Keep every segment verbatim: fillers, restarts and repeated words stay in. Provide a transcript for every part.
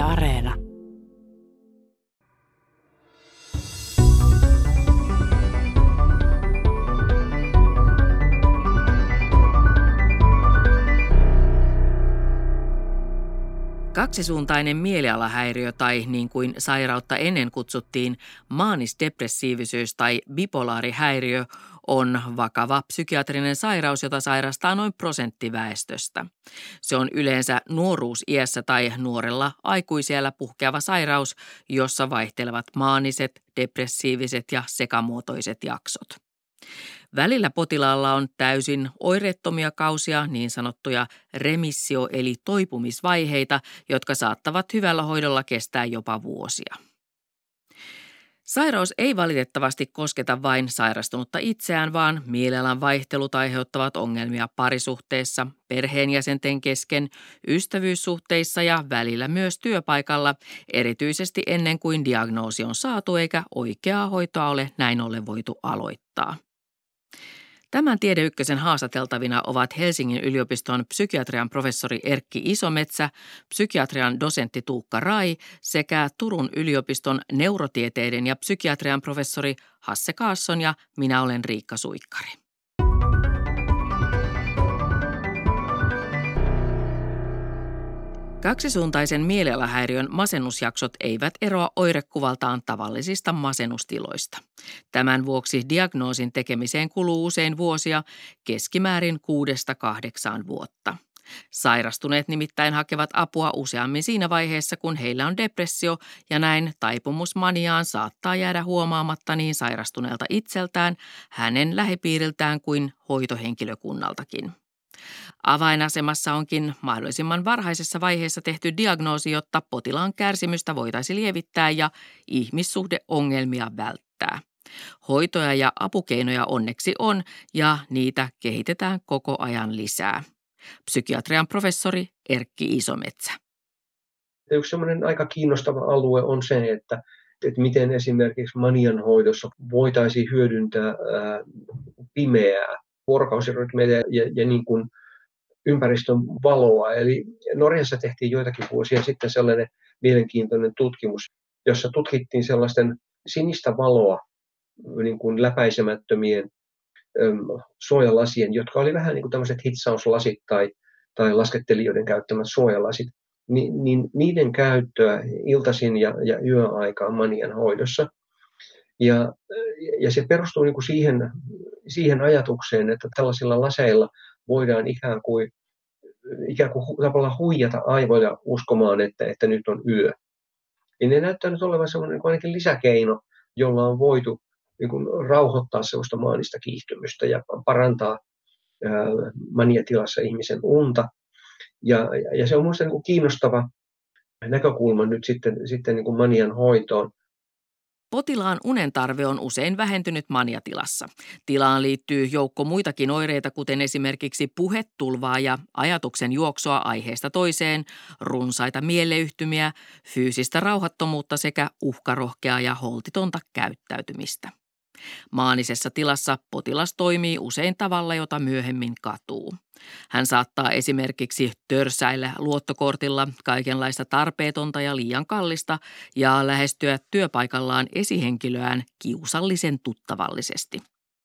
Areena. Kaksisuuntainen mielialahäiriö tai niin kuin sairautta ennen kutsuttiin maanisdepressiivisyys tai bipolaarihäiriö on vakava psykiatrinen sairaus, jota sairastaa noin prosentti väestöstä. Se on yleensä nuoruusiässä tai nuorella aikuisiällä puhkeava sairaus, jossa vaihtelevat maaniset, depressiiviset ja sekamuotoiset jaksot. Välillä potilaalla on täysin oireettomia kausia, niin sanottuja remissio- eli toipumisvaiheita, jotka saattavat hyvällä hoidolla kestää jopa vuosia. Sairaus ei valitettavasti kosketa vain sairastunutta itseään, vaan mielialan vaihtelut aiheuttavat ongelmia parisuhteessa, perheenjäsenten kesken, ystävyyssuhteissa ja välillä myös työpaikalla, erityisesti ennen kuin diagnoosi on saatu eikä oikeaa hoitoa ole näin ollen voitu aloittaa. Tämän Tiede Ykkösen haastateltavina ovat Helsingin yliopiston psykiatrian professori Erkki Isometsä, psykiatrian dosentti Tuukka Rai sekä Turun yliopiston neurotieteiden ja psykiatrian professori Hasse Kaasson ja minä olen Riikka Suikkari. Kaksisuuntaisen mielialahäiriön masennusjaksot eivät eroa oirekuvaltaan tavallisista masennustiloista. Tämän vuoksi diagnoosin tekemiseen kuluu usein vuosia, keskimäärin kuudesta kahdeksaan vuotta. Sairastuneet nimittäin hakevat apua useammin siinä vaiheessa, kun heillä on depressio ja näin taipumus maniaan saattaa jäädä huomaamatta niin sairastuneelta itseltään, hänen lähipiiriltään kuin hoitohenkilökunnaltakin. Avainasemassa onkin mahdollisimman varhaisessa vaiheessa tehty diagnoosi, jotta potilaan kärsimystä voitaisiin lievittää ja ihmissuhdeongelmia välttää. Hoitoja ja apukeinoja onneksi on ja niitä kehitetään koko ajan lisää. Psykiatrian professori Erkki Isometsä. Yksi sellainen aika kiinnostava alue on se, että, että miten esimerkiksi manian hoidossa voitaisiin hyödyntää ää, pimeää vuorokausirytmiä ja, ja niin kuin ympäristön valoa. Eli Norjassa tehtiin joitakin vuosia sitten sellainen mielenkiintoinen tutkimus, jossa tutkittiin sellaisten sinistä valoa niin kuin läpäisemättömien äm, suojalasien, jotka oli vähän niin kuin tämmöiset hitsauslasit tai, tai laskettelijoiden käyttämät suojalasit, Ni, niin niiden käyttöä iltaisin ja, ja yöaikaan manian hoidossa. Ja, ja se perustuu niin kuin siihen, siihen ajatukseen, että tällaisilla laseilla voidaan ikään kuin, ikään kuin tavallaan huijata aivoja uskomaan, että, että nyt on yö. Ja ne näyttää nyt olevan sellainen niin kuin ainakin lisäkeino, jolla on voitu niin kuin rauhoittaa sellaista maanista kiihtymystä ja parantaa ää, maniatilassa ihmisen unta. Ja, ja se on minusta niin kuin kiinnostava näkökulma nyt sitten, sitten niin kuin manian hoitoon. Potilaan unen tarve on usein vähentynyt maniatilassa. Tilaan liittyy joukko muitakin oireita, kuten esimerkiksi puhetulvaa ja ajatuksen juoksua aiheesta toiseen, runsaita mieleyhtymiä, fyysistä rauhattomuutta sekä uhkarohkeaa ja holtitonta käyttäytymistä. Maanisessa tilassa potilas toimii usein tavalla, jota myöhemmin katuu. Hän saattaa esimerkiksi törsäillä luottokortilla kaikenlaista tarpeetonta ja liian kallista ja lähestyä työpaikallaan esihenkilöään kiusallisen tuttavallisesti.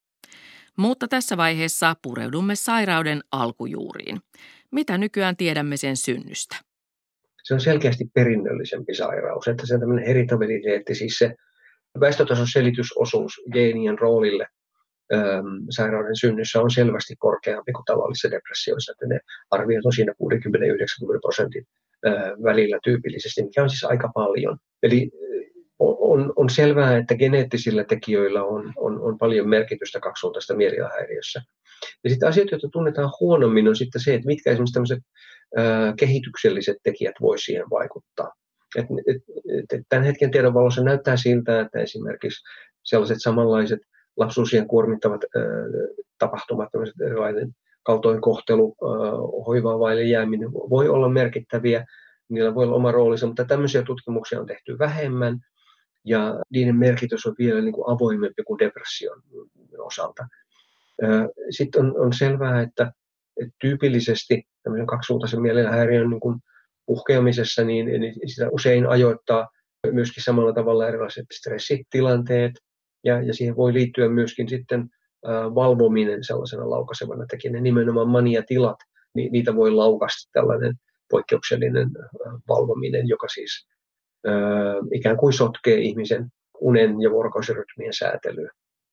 Mutta tässä vaiheessa pureudumme sairauden alkujuuriin. Mitä nykyään tiedämme sen synnystä? Se on selkeästi perinnöllisempi sairaus, että se on tämmöinen heritabiliteetti, siis se väestötason selitysosuus geenien roolille äm, sairauden synnyssä on selvästi korkeampi kuin tavallisissa depressioissa, että ne arviot on siinä kuusikymmentä yhdeksänkymmentä prosentin ää, välillä tyypillisesti, mikä on siis aika paljon. Eli on, on selvää, että geneettisillä tekijöillä on, on, on paljon merkitystä kaksisuuntaista mielialahäiriössä. Ja sitten asiat, joita tunnetaan huonommin, on sitten se, että mitkä esimerkiksi tämmöiset ää, kehitykselliset tekijät voisivat siihen vaikuttaa. Et, et, et, tämän hetken tiedon valossa näyttää siltä, että esimerkiksi sellaiset samanlaiset lapsuusien kuormittavat ää, tapahtumat, erilainen kaltoinkohtelu, ää, hoivaa vaille jääminen voi olla merkittäviä, niillä voi olla oma roolinsa, mutta tämmöisiä tutkimuksia on tehty vähemmän ja niiden merkitys on vielä niin kuin avoimempi kuin depression osalta. Ää, sitten on, on selvää, että, että tyypillisesti tämmöisen kaksisuuntaisen mielialahäiriön niin kuin puhkeamisessa, niin, niin sitä usein ajoittaa myöskin samalla tavalla erilaiset stressitilanteet, ja, ja siihen voi liittyä myöskin sitten ää, valvominen sellaisena laukaisevana tekijänä, nimenomaan maniatilat, niin niitä voi laukaista tällainen poikkeuksellinen ää, valvominen, joka siis ää, ikään kuin sotkee ihmisen unen ja vuorokausirytmien säätelyä.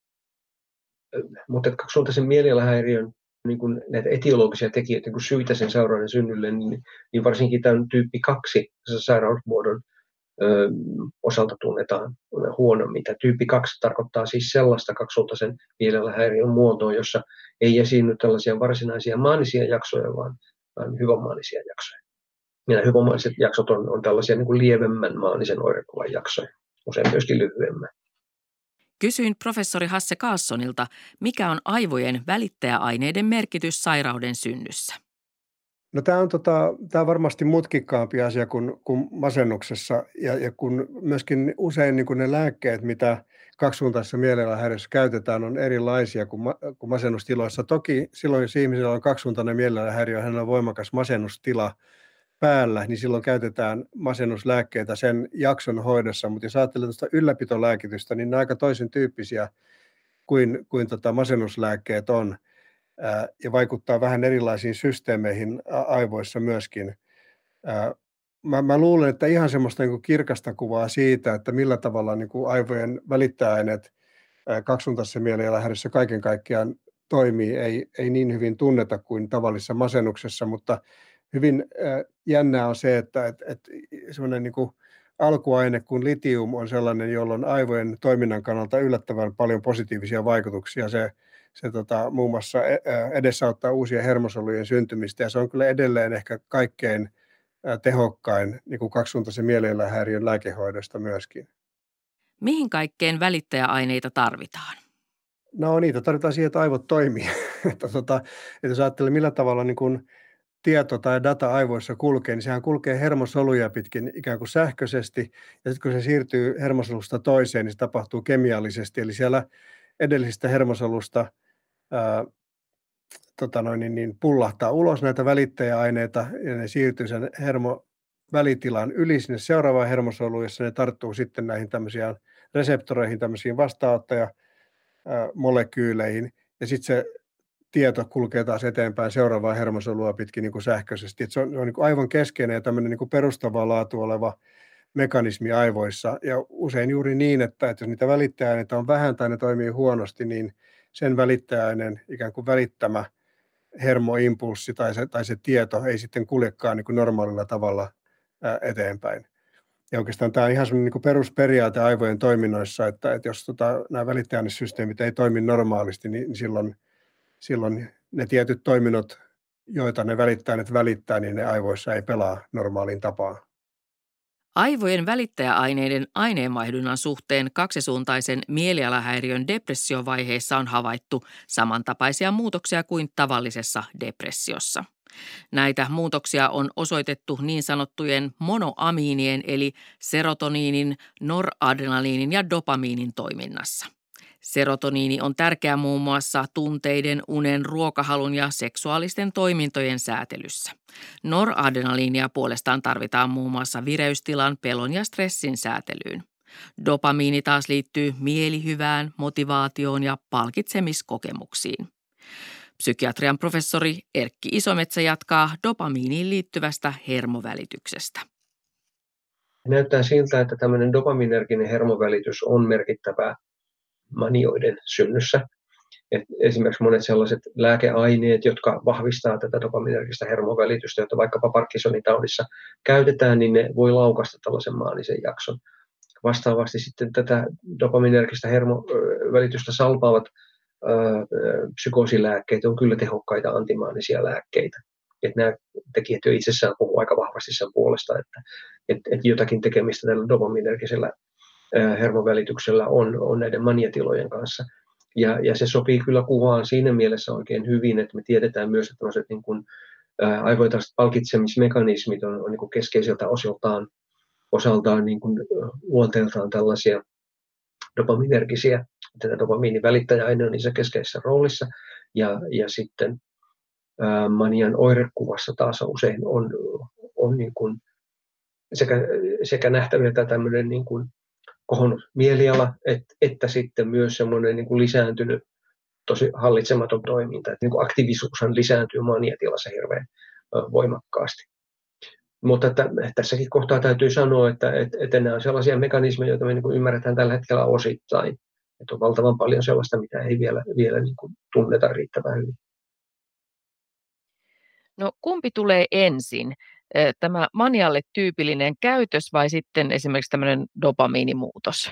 Mutta kaksisuuntaisen mielialahäiriön niin kuin näitä etiologisia tekijöitä, niin kuin syitä sen sairauden synnylle, niin, niin varsinkin tämän tyyppi kaksi sairausmuodon ö, osalta tunnetaan huonommin. Tämä tyyppi kaksi tarkoittaa siis sellaista kaksisuuntaisen mielialahäiriön muotoa, jossa ei esiinny tällaisia varsinaisia maanisia jaksoja, vaan, vaan hypomaanisia jaksoja. Ja nämä hypomaaniset jaksot on, on tällaisia niin kuin lievemmän maanisen oirekuvan jaksoja, usein myöskin lyhyemmän. Kysyin professori Hasse Carlssonilta, mikä on aivojen välittäjäaineiden merkitys sairauden synnyssä. No tämä on, tota, tämä on varmasti mutkikkaampi asia kuin, kuin masennuksessa ja, ja kun myöskin usein niin kuin ne lääkkeet, mitä kaksisuuntaisessa mielialahäiriössä käytetään, on erilaisia kuin, ma, kuin masennustiloissa. Toki silloin, jos ihmisellä on kaksisuuntainen mielialahäiriö, hänellä on voimakas masennustila päällä, niin silloin käytetään masennuslääkkeitä sen jakson hoidossa, mutta jos ajattelee tuosta ylläpitolääkitystä, niin ne on aika toisen tyyppisiä kuin, kuin tota masennuslääkkeet on ää, ja vaikuttaa vähän erilaisiin systeemeihin aivoissa myöskin. Ää, mä, mä luulen, että ihan semmoista niin kuin kirkasta kuvaa siitä, että millä tavalla niin kuin aivojen välittäjäaineet kaksisuuntaisessa mielialahäiriössä kaiken kaikkiaan toimii, ei, ei niin hyvin tunneta kuin tavallisessa masennuksessa, mutta hyvin äh, jännää on se, että et, et semmoinen niin kuin alkuaine kuin litium on sellainen, jolla on aivojen toiminnan kannalta yllättävän paljon positiivisia vaikutuksia. Se, se tota, muun muassa edesauttaa uusien hermosolujen syntymistä, ja se on kyllä edelleen ehkä kaikkein äh, tehokkain niin kuin kaksisuuntaisen mielialahäiriön lääkehoidosta myöskin. Mihin kaikkeen välittäjäaineita tarvitaan? No niitä tarvitaan siihen, että aivot toimii. että, tota, että jos ajattelee, millä tavalla niin kuin tieto tai data aivoissa kulkee, niin sehän kulkee hermosoluja pitkin ikään kuin sähköisesti, ja sitten kun se siirtyy hermosolusta toiseen, niin se tapahtuu kemiallisesti, eli siellä edellisestä hermosolusta ää, tota noin, niin, niin pullahtaa ulos näitä välittäjäaineita, ja ne siirtyy sen hermovälitilan yli sinne seuraavaan hermosoluun, jossa ne tarttuu sitten näihin tämmöisiin reseptoreihin, tämmöisiin vastaanottaja-molekyyleihin, ja sitten se tieto kulkee taas eteenpäin seuraavaa hermosolua pitkin niin kuin sähköisesti. Et se on, se on niin kuin aivan keskeinen ja tämmöinen niin kuin perustavaa laatu oleva mekanismi aivoissa. Ja usein juuri niin, että, että jos niitä välittäjäaineita on vähän tai ne toimii huonosti, niin sen välittäjäaineen ikään kuin välittämä hermoimpulssi tai se, tai se tieto ei sitten kuljekaan niin kuin normaalilla tavalla ää, eteenpäin. Ja oikeastaan tämä on ihan semmoinen niin kuin perusperiaate aivojen toiminnoissa, että, että jos tota, nämä välittäjäainesysteemit ei toimi normaalisti, niin, niin silloin silloin ne tietyt toiminnot, joita ne välittäjät välittää, niin ne aivoissa ei pelaa normaaliin tapaan. Aivojen välittäjäaineiden aineenvaihdunnan suhteen kaksisuuntaisen mielialahäiriön depressiovaiheessa on havaittu samantapaisia muutoksia kuin tavallisessa depressiossa. Näitä muutoksia on osoitettu niin sanottujen monoamiinien eli serotoniinin, noradrenaliinin ja dopamiinin toiminnassa. Serotoniini on tärkeä muun muassa tunteiden, unen, ruokahalun ja seksuaalisten toimintojen säätelyssä. Noradrenaliinia puolestaan tarvitaan muun muassa vireystilan, pelon ja stressin säätelyyn. Dopamiini taas liittyy mielihyvään, motivaatioon ja palkitsemiskokemuksiin. Psykiatrian professori Erkki Isometsä jatkaa dopamiiniin liittyvästä hermovälityksestä. Näyttää siltä, että tämmöinen dopaminerginen hermovälitys on merkittävää manioiden synnyssä. Et esimerkiksi monet sellaiset lääkeaineet, jotka vahvistaa tätä dopaminergistä hermovälitystä, jota vaikkapa Parkinsonin taudissa käytetään, niin ne voi laukaista tällaisen maanisen jakson. Vastaavasti sitten tätä dopaminergistä hermovälitystä salpaavat ää, psykoosilääkkeet on kyllä tehokkaita antimaanisia lääkkeitä. Et nämä tekijät jo itsessään puhuu aika vahvasti sen puolesta, että et, et jotakin tekemistä tällä dopaminergisellä hermovälityksellä on, on näiden maniatilojen kanssa. Ja, ja se sopii kyllä kuvaan siinä mielessä oikein hyvin, että me tiedetään myös, että tämmöiset niin kuin, ää, aivojen palkitsemismekanismit on, on niin kuin keskeiseltä osaltaan, osaltaan niin kuin, luonteeltaan tällaisia dopaminergisiä. Tätä dopamiinin välittäjäaine on niissä keskeisessä roolissa. Ja, ja sitten ää, manian oirekuvassa taas usein on, on niin kuin sekä, sekä nähtäviltä tämmöinen niin kuin kohonnut mieliala, et, että sitten myös semmoinen niin kuin lisääntynyt tosi hallitsematon toiminta. Että niin kuin aktiivisuushan lisääntyy maniatilassa hirveän voimakkaasti. Mutta että, tässäkin kohtaa täytyy sanoa, että, että, että nämä on sellaisia mekanismeja, joita me niin kuin ymmärretään tällä hetkellä osittain. Että on valtavan paljon sellaista, mitä ei vielä, vielä niin kuin tunneta riittävän hyvin. No kumpi tulee ensin? Tämä manialle tyypillinen käytös vai sitten esimerkiksi tämmöinen dopamiinimuutos?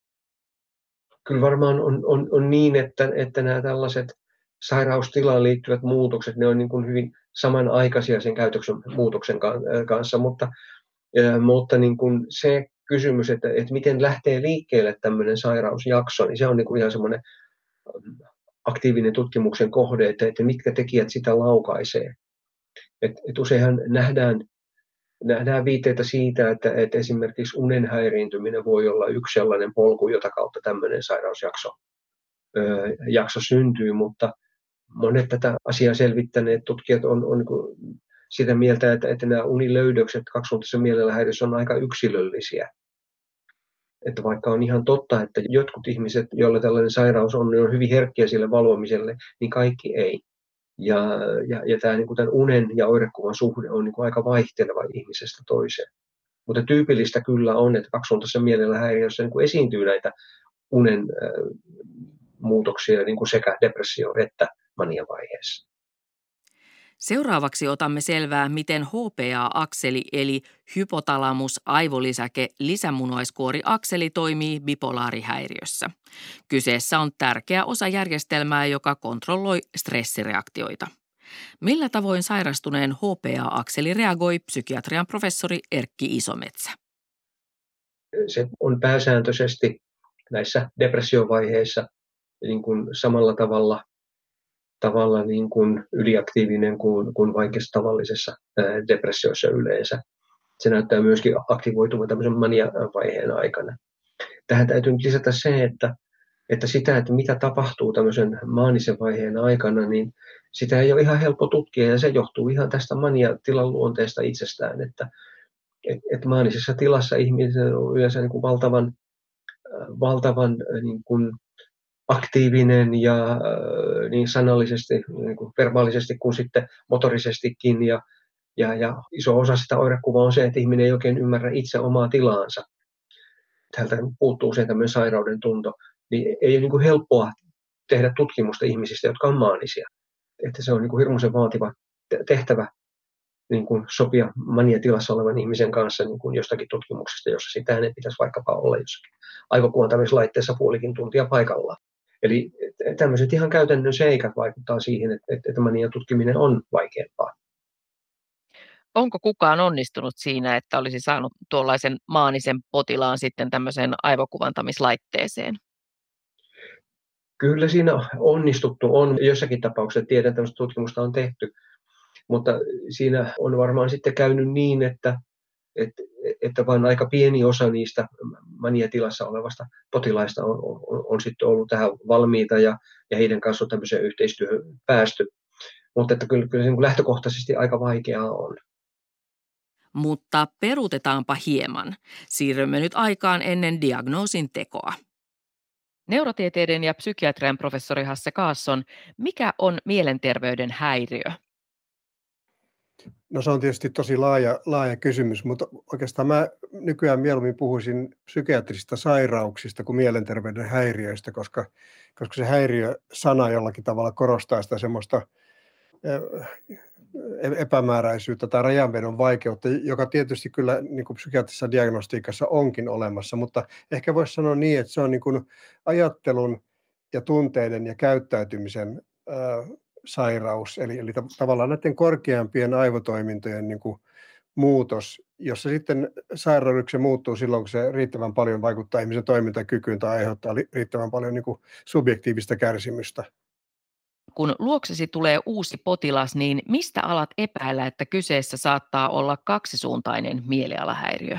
Kyllä varmaan on, on, on niin, että, että nämä tällaiset sairaustilaan liittyvät muutokset, ne on niin kuin hyvin samanaikaisia sen käytöksen muutoksen kanssa, mutta, mutta niin kuin se kysymys, että, että miten lähtee liikkeelle tämmöinen sairausjakso, niin se on niin kuin ihan semmoinen aktiivinen tutkimuksen kohde, että, että mitkä tekijät sitä laukaisee. Et, et useinhan nähdään, nähdään viitteitä siitä, että, että esimerkiksi unen häiriintyminen voi olla yksi sellainen polku, jota kautta tämmöinen sairausjakso ö, jakso syntyy, mutta monet tätä asiaa selvittäneet tutkijat on, on niin sitä mieltä, että, että nämä unilöydökset kaksisuuntaisessa mielellä häiriössä on aika yksilöllisiä. Että vaikka on ihan totta, että jotkut ihmiset, joilla tällainen sairaus on, niin on hyvin herkkiä sille valvomiselle, niin kaikki ei. Ja, ja, ja tämä niin kuin tämän unen ja oirekuvan suhde on niin kuin aika vaihteleva ihmisestä toiseen. Mutta tyypillistä kyllä on, että kaksisuuntaisessa mielellä häiriössä niin kuin esiintyy näitä unen äh, muutoksia niin kuin sekä depressio- että maniavaiheessa. Seuraavaksi otamme selvää, miten H P A-akseli eli hypotalamus-aivolisäke lisämunuaiskuori-akseli toimii bipolaarihäiriössä. Kyseessä on tärkeä osa järjestelmää, joka kontrolloi stressireaktioita. Millä tavoin sairastuneen H P A-akseli reagoi psykiatrian professori Erkki Isometsä? Se on pääsääntöisesti näissä depressiovaiheissa niin kuin samalla tavalla tavalla niin kuin yliaktiivinen kuin, kuin vaikeassa tavallisessa ää, depressiossa yleensä. Se näyttää myöskin aktivoituvan tämmöisen mania-vaiheen aikana. Tähän täytyy nyt lisätä se, että, että sitä, että mitä tapahtuu tämmöisen maanisen vaiheen aikana, niin sitä ei ole ihan helppo tutkia, ja se johtuu ihan tästä mania-tilan luonteesta itsestään, että et, et maanisessa tilassa ihminen on yleensä niin kuin valtavan, valtavan niin kuin aktiivinen ja niin sanallisesti, niin kuin verbaalisesti kuin sitten motorisestikin. Ja, ja, ja iso osa sitä oirekuvaa on se, että ihminen ei oikein ymmärrä itse omaa tilaansa. Tältä puuttuu usein tämmöinen sairauden tunto. Niin ei ole niin kuin helppoa tehdä tutkimusta ihmisistä, jotka on maanisia. Että se on niin kuin hirmuisen vaativa tehtävä niin kuin sopia maniatilassa olevan ihmisen kanssa niin kuin jostakin tutkimuksesta, jossa sitä ei pitäisi vaikkapa olla jossakin aivokuvantamislaitteessa puolikin tuntia paikallaan. Eli tämmöiset ihan käytännön seikat vaikuttaa siihen, että, että manian tutkiminen on vaikeampaa. Onko kukaan onnistunut siinä, että olisi saanut tuollaisen maanisen potilaan sitten tämmöiseen aivokuvantamislaitteeseen? Kyllä siinä onnistuttu on. Jossakin tapauksessa tiedän, että tämmöistä tutkimusta on tehty, mutta siinä on varmaan sitten käynyt niin, että, että, että vain aika pieni osa niistä maniatilassa olevasta potilaista on, on, on sitten ollut tähän valmiita ja, ja heidän kanssa on tämmöiseen yhteistyöhön päästy. Mutta että kyllä, kyllä se niin kuin lähtökohtaisesti aika vaikeaa on. Mutta peruutetaanpa hieman. Siirrymme nyt aikaan ennen diagnoosin tekoa. Neurotieteiden ja psykiatrian professori Hasse Kaasson, mikä on mielenterveyden häiriö? No se on tietysti tosi laaja, laaja kysymys, mutta oikeastaan mä nykyään mieluummin puhuisin psykiatrisista sairauksista kuin mielenterveyden häiriöistä, koska, koska se häiriö-sana jollakin tavalla korostaa sitä semmoista epämääräisyyttä tai rajanvedon vaikeutta, joka tietysti kyllä niin kuin psykiatrisessa diagnostiikassa onkin olemassa, mutta ehkä voisi sanoa niin, että se on niin kuin ajattelun ja tunteiden ja käyttäytymisen äh, sairaus, eli, eli tavallaan näiden korkeampien aivotoimintojen niin kuin muutos, jossa sitten sairaudeksi muuttuu silloin, kun se riittävän paljon vaikuttaa ihmisen toimintakykyyn tai aiheuttaa riittävän paljon niin kuin subjektiivista kärsimystä. Kun luoksesi tulee uusi potilas, niin mistä alat epäillä, että kyseessä saattaa olla kaksisuuntainen mielialahäiriö?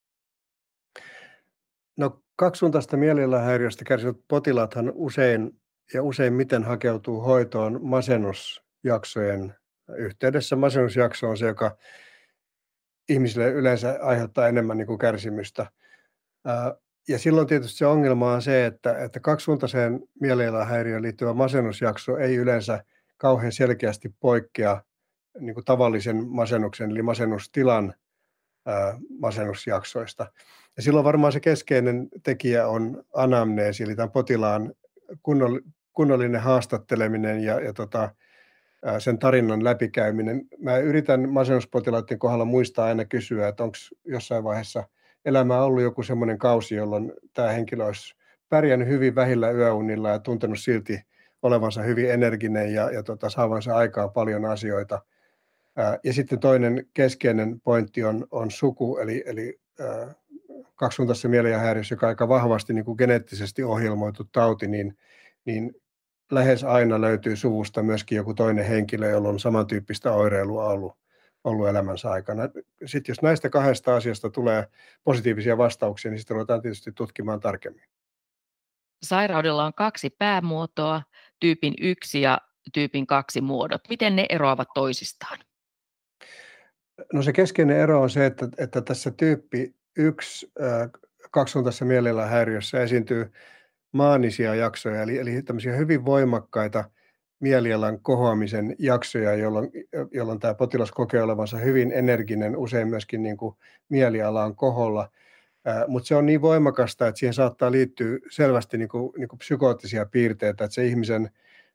No kaksisuuntaista mielialahäiriöstä kärsivät potilaathan usein ja useimmiten hakeutuu hoitoon masennusjaksojen yhteydessä. Masennusjakso on se, joka ihmisille yleensä aiheuttaa enemmän niin kuin kärsimystä. Ja silloin tietysti se ongelma on se, että, että kaksisuuntaiseen mielialahäiriöön liittyvä masennusjakso ei yleensä kauhean selkeästi poikkea niin kuin tavallisen masennuksen eli masennustilan ää, masennusjaksoista. Ja silloin varmaan se keskeinen tekijä on anamneesi, eli tämän potilaan kunnollinen haastatteleminen ja, ja tota, ää, sen tarinan läpikäyminen. Mä yritän masennuspotilaiden kohdalla muistaa aina kysyä, että onko jossain vaiheessa elämää ollut joku semmoinen kausi, jolloin tämä henkilö olisi pärjännyt hyvin vähillä yöunilla ja tuntenut silti olevansa hyvin energinen ja, ja tota, saavansa aikaa paljon asioita. Ää, ja sitten toinen keskeinen pointti on, on suku, eli, eli ää, kaksisuuntaisessa mielialahäiriössä, joka on aika vahvasti niin kuin geneettisesti ohjelmoitu tauti, niin, niin lähes aina löytyy suvusta myöskin joku toinen henkilö, jolla on samantyyppistä oireilua ollut, ollut elämänsä aikana. Sitten jos näistä kahdesta asiasta tulee positiivisia vastauksia, niin sitten ruvetaan tietysti tutkimaan tarkemmin. Sairaudella on kaksi päämuotoa, tyypin yksi ja tyypin kaksi muodot. Miten ne eroavat toisistaan? No se keskeinen ero on se, että, että tässä tyyppi yksi äh, kaksisuuntaisessa mielialahäiriössä esiintyy maanisia jaksoja, eli, eli tämmöisiä hyvin voimakkaita mielialan kohoamisen jaksoja, jolloin, jolloin tämä potilas kokee olevansa hyvin energinen, usein myöskin niin kuin mieliala on koholla, äh, mutta se on niin voimakasta, että siihen saattaa liittyä selvästi niin kuin, niin kuin psykoottisia piirteitä, että se ihmisen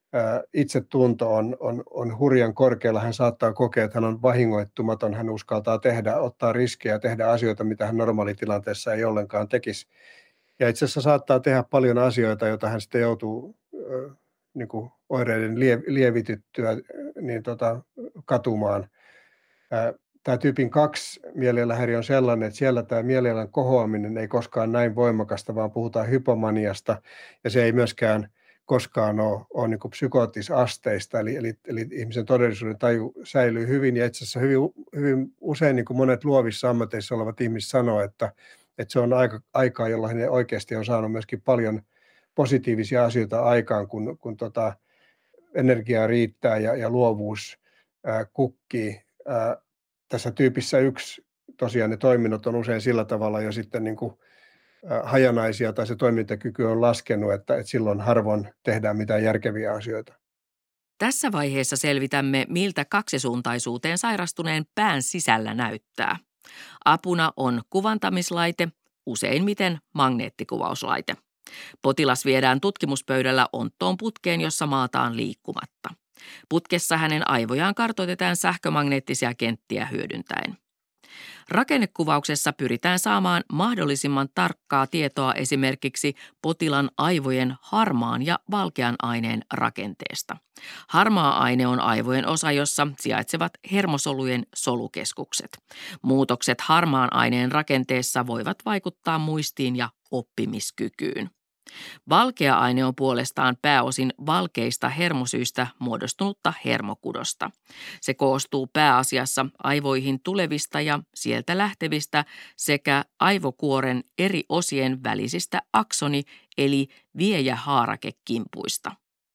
itsetunto on, on, on hurjan korkealla. Hän saattaa kokea, että hän on vahingoittumaton, hän uskaltaa tehdä, ottaa riskejä, tehdä asioita, mitä hän normaalitilanteessa ei ollenkaan tekisi. Ja itse asiassa saattaa tehdä paljon asioita, joita hän sitten joutuu äh, niin kuin oireiden lievityttyä niin tota, katumaan. Äh, tämä tyypin kaksi mielialahäiriö on sellainen, että siellä tämä mielialan kohoaminen ei koskaan näin voimakasta, vaan puhutaan hypomaniasta, ja se ei myöskään koskaan ole, ole niin kuin psykoottisasteista, eli, eli, eli ihmisen todellisuuden taju säilyy hyvin, ja itse asiassa hyvin, hyvin usein niin kuin monet luovissa ammateissa olevat ihmiset sanoo, että, että se on aika, aikaa, jolloin he oikeasti on saanut myöskin paljon positiivisia asioita aikaan, kun, kun tota, energiaa riittää ja, ja luovuus ää, kukkii. Ää, tässä tyypissä yksi tosiaan ne toiminnot on usein sillä tavalla jo sitten niin kuin hajanaisia tai se toimintakyky on laskenut, että, että silloin harvoin tehdään mitään järkeviä asioita. Tässä vaiheessa selvitämme, miltä kaksisuuntaisuuteen sairastuneen pään sisällä näyttää. Apuna on kuvantamislaite, useimmiten magneettikuvauslaite. Potilas viedään tutkimuspöydällä onttoon putkeen, jossa maataan liikkumatta. Putkessa hänen aivojaan kartoitetaan sähkömagneettisia kenttiä hyödyntäen. Rakennekuvauksessa pyritään saamaan mahdollisimman tarkkaa tietoa esimerkiksi potilaan aivojen harmaan ja valkean aineen rakenteesta. Harmaa aine on aivojen osa, jossa sijaitsevat hermosolujen solukeskukset. Muutokset harmaan aineen rakenteessa voivat vaikuttaa muistiin ja oppimiskykyyn. Valkea aine on puolestaan pääosin valkeista hermosyistä muodostunutta hermokudosta. Se koostuu pääasiassa aivoihin tulevista ja sieltä lähtevistä sekä aivokuoren eri osien välisistä aksoni- eli viejähaarakekimpuista.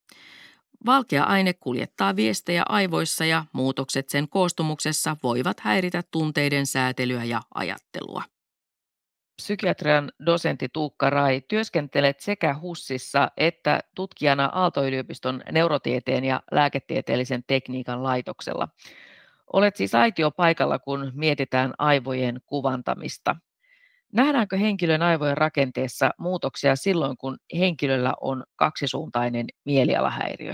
Valkea aine kuljettaa viestejä aivoissa ja muutokset sen koostumuksessa voivat häiritä tunteiden säätelyä ja ajattelua. Psykiatrian dosentti Tuukka Rai, työskentelet sekä HUSissa että tutkijana Aalto-yliopiston neurotieteen ja lääketieteellisen tekniikan laitoksella. Olet siis aitiopaikalla, kun mietitään aivojen kuvantamista. Nähdäänkö henkilön aivojen rakenteessa muutoksia silloin, kun henkilöllä on kaksisuuntainen mielialahäiriö?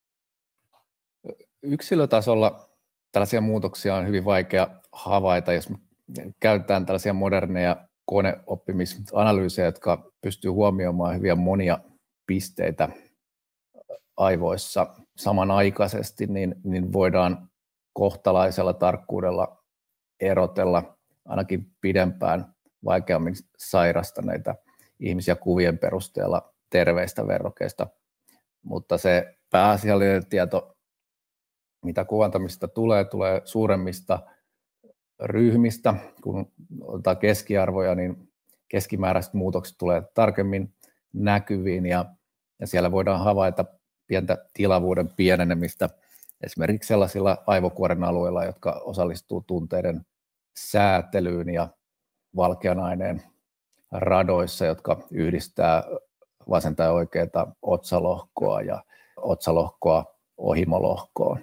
Yksilötasolla tällaisia muutoksia on hyvin vaikea havaita, jos käytetään tällaisia moderneja koneoppimisanalyysejä, jotka pystyy huomioimaan hyviä monia pisteitä aivoissa samanaikaisesti, niin, niin voidaan kohtalaisella tarkkuudella erotella ainakin pidempään vaikeammin sairastaneita ihmisiä kuvien perusteella terveistä verrokeista. Mutta se pääasiallinen tieto, mitä kuvantamista tulee, tulee suuremmista ryhmistä. Kun otetaan keskiarvoja, niin keskimääräiset muutokset tulee tarkemmin näkyviin ja, ja siellä voidaan havaita pientä tilavuuden pienenemistä esimerkiksi sellaisilla aivokuoren alueilla, jotka osallistuu tunteiden säätelyyn ja valkean aineen radoissa, jotka yhdistää vasenta ja oikeata otsalohkoa ja otsalohkoa ohimolohkoon.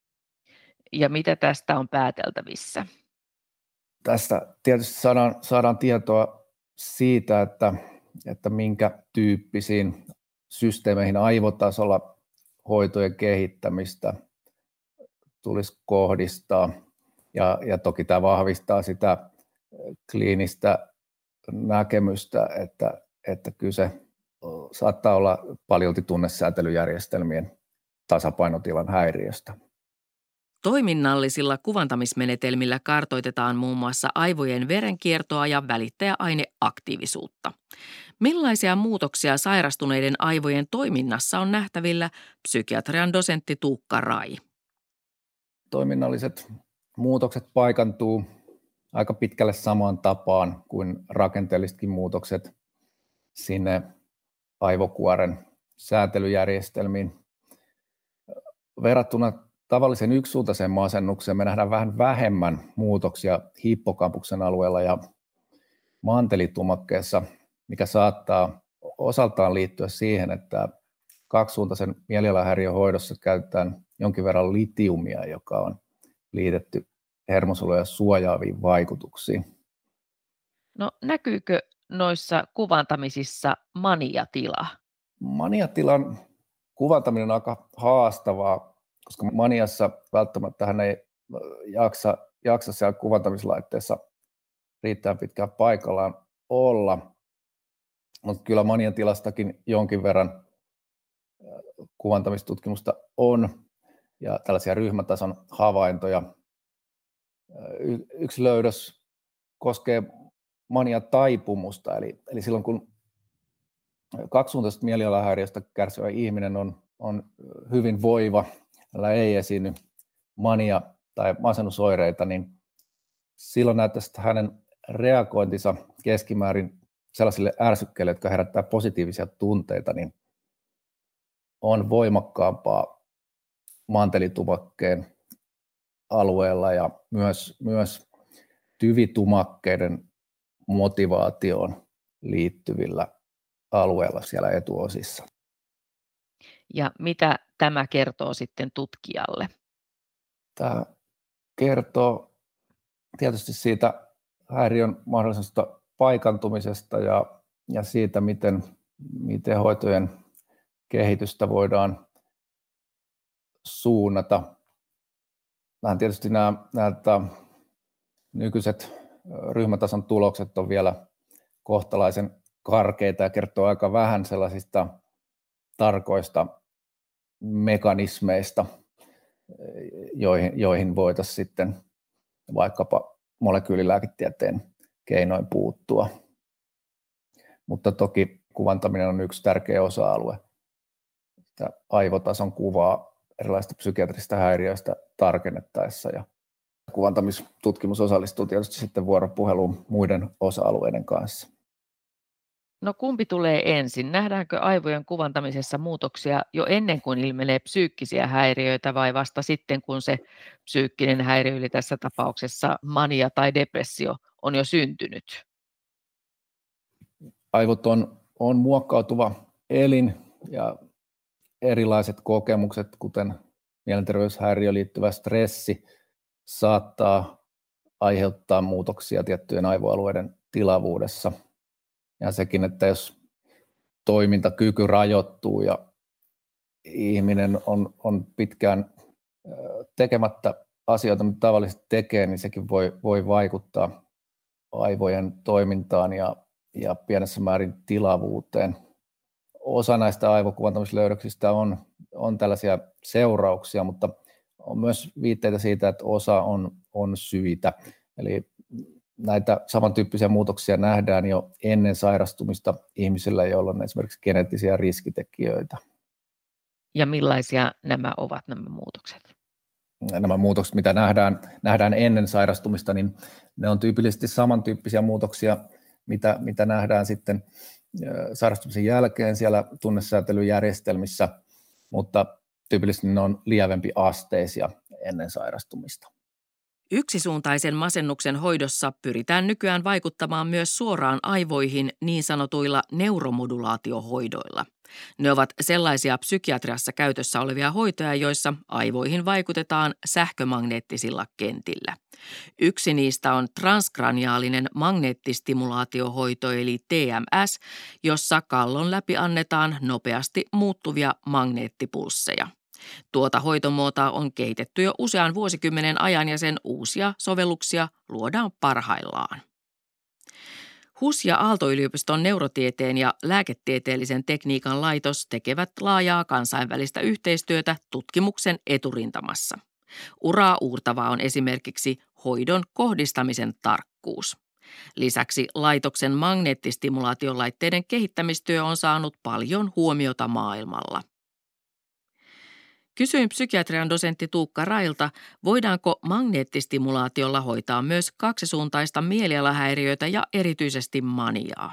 Ja mitä tästä on pääteltävissä? Tästä tietysti saadaan, saadaan tietoa siitä, että, että minkä tyyppisiin systeemeihin aivotasolla hoitojen kehittämistä tulisi kohdistaa. Ja, ja toki tämä vahvistaa sitä kliinistä näkemystä, että, että kyse saattaa olla paljolti tunnesäätelyjärjestelmien tasapainotilan häiriöstä. Toiminnallisilla kuvantamismenetelmillä kartoitetaan muun muassa aivojen verenkiertoa ja välittäjäaineaktiivisuutta. Millaisia muutoksia sairastuneiden aivojen toiminnassa on nähtävillä, psykiatrian dosentti Tuukka Rai. Toiminnalliset muutokset paikantuu aika pitkälle samaan tapaan kuin rakenteellisetkin muutokset sinne aivokuoren säätelyjärjestelmiin. Verrattuna tavallisen yksisuuntaiseen masennukseen me nähdään vähän vähemmän muutoksia hippokampuksen alueella ja mantelitumakkeessa, mikä saattaa osaltaan liittyä siihen, että kaksisuuntaisen mielialahäiriön hoidossa käytetään jonkin verran litiumia, joka on liitetty hermosoluja suojaaviin vaikutuksiin. No näkyykö noissa kuvantamisissa maniatila? Maniatilan kuvantaminen on aika haastavaa, koska maniassa välttämättä hän ei jaksa, jaksa siellä kuvantamislaitteessa riittävän pitkään paikallaan olla, mutta kyllä maniatilastakin jonkin verran kuvantamistutkimusta on ja tällaisia ryhmätason havaintoja. Y- yksi löydös koskee maniataipumusta, eli, eli silloin kun kaksisuuntaisesta mielialahäiriöstä kärsivä ihminen on, on hyvin voiva, hänellä ei esiinny mania- tai masennusoireita, niin silloin näyttäisi, että hänen reagointinsa keskimäärin sellaisille ärsykkeille, jotka herättää positiivisia tunteita, niin on voimakkaampaa mantelitumakkeen alueella ja myös, myös tyvitumakkeiden motivaatioon liittyvillä alueella siellä etuosissa. Ja mitä tämä kertoo sitten tutkijalle? Tämä kertoo tietysti siitä häiriön mahdollisesta paikantumisesta ja, ja siitä, miten, miten hoitojen kehitystä voidaan suunnata. Nämä tietysti nämä, nämä nykyiset ryhmätason tulokset on vielä kohtalaisen karkeita ja kertoo aika vähän sellaisista tarkoista mekanismeista, joihin, joihin voitaisiin sitten vaikkapa molekyylilääketieteen keinoin puuttua. Mutta toki kuvantaminen on yksi tärkeä osa-alue. Sitä aivotason kuvaa erilaisista psykiatrista häiriöistä tarkennettaessa ja kuvantamistutkimus osallistuu tietysti sitten vuoropuheluun muiden osa-alueiden kanssa. No kumpi tulee ensin? Nähdäänkö aivojen kuvantamisessa muutoksia jo ennen kuin ilmenee psyykkisiä häiriöitä vai vasta sitten, kun se psyykkinen häiriö, eli tässä tapauksessa mania tai depressio, on jo syntynyt? Aivot on, on muokkautuva elin ja erilaiset kokemukset, kuten mielenterveyshäiriöön liittyvä stressi, saattaa aiheuttaa muutoksia tiettyjen aivoalueiden tilavuudessa. Ja sekin, että jos toimintakyky rajoittuu ja ihminen on, on pitkään tekemättä asioita, mitä tavallisesti tekee, niin sekin voi, voi vaikuttaa aivojen toimintaan ja, ja pienessä määrin tilavuuteen. Osa näistä aivokuvantamislöydöksistä on, on tällaisia seurauksia, mutta on myös viitteitä siitä, että osa on, on syitä. Eli näitä samantyyppisiä muutoksia nähdään jo ennen sairastumista ihmisillä, joilla on esimerkiksi geneettisiä riskitekijöitä. Ja millaisia nämä ovat nämä muutokset? Nämä muutokset, mitä nähdään, nähdään ennen sairastumista, niin ne on tyypillisesti samantyyppisiä muutoksia, mitä, mitä nähdään sitten sairastumisen jälkeen siellä tunnesäätelyjärjestelmissä, mutta tyypillisesti ne on lievempi asteisia ennen sairastumista. Yksisuuntaisen masennuksen hoidossa pyritään nykyään vaikuttamaan myös suoraan aivoihin niin sanotuilla neuromodulaatiohoidoilla. Ne ovat sellaisia psykiatriassa käytössä olevia hoitoja, joissa aivoihin vaikutetaan sähkömagneettisilla kentillä. Yksi niistä on transkraniaalinen magneettistimulaatiohoito eli T M S, jossa kallon läpi annetaan nopeasti muuttuvia magneettipulsseja. Tuota hoitomuotoa on kehitetty jo usean vuosikymmenen ajan ja sen uusia sovelluksia luodaan parhaillaan. H U S ja Aalto-yliopiston neurotieteen ja lääketieteellisen tekniikan laitos tekevät laajaa kansainvälistä yhteistyötä tutkimuksen eturintamassa. Uraa uurtavaa on esimerkiksi hoidon kohdistamisen tarkkuus. Lisäksi laitoksen magneettistimulaatiolaitteiden kehittämistyö on saanut paljon huomiota maailmalla. Kysyin psykiatrian dosentti Tuukka Railta, voidaanko magneettistimulaatiolla hoitaa myös kaksisuuntaista mielialahäiriöitä ja erityisesti maniaa.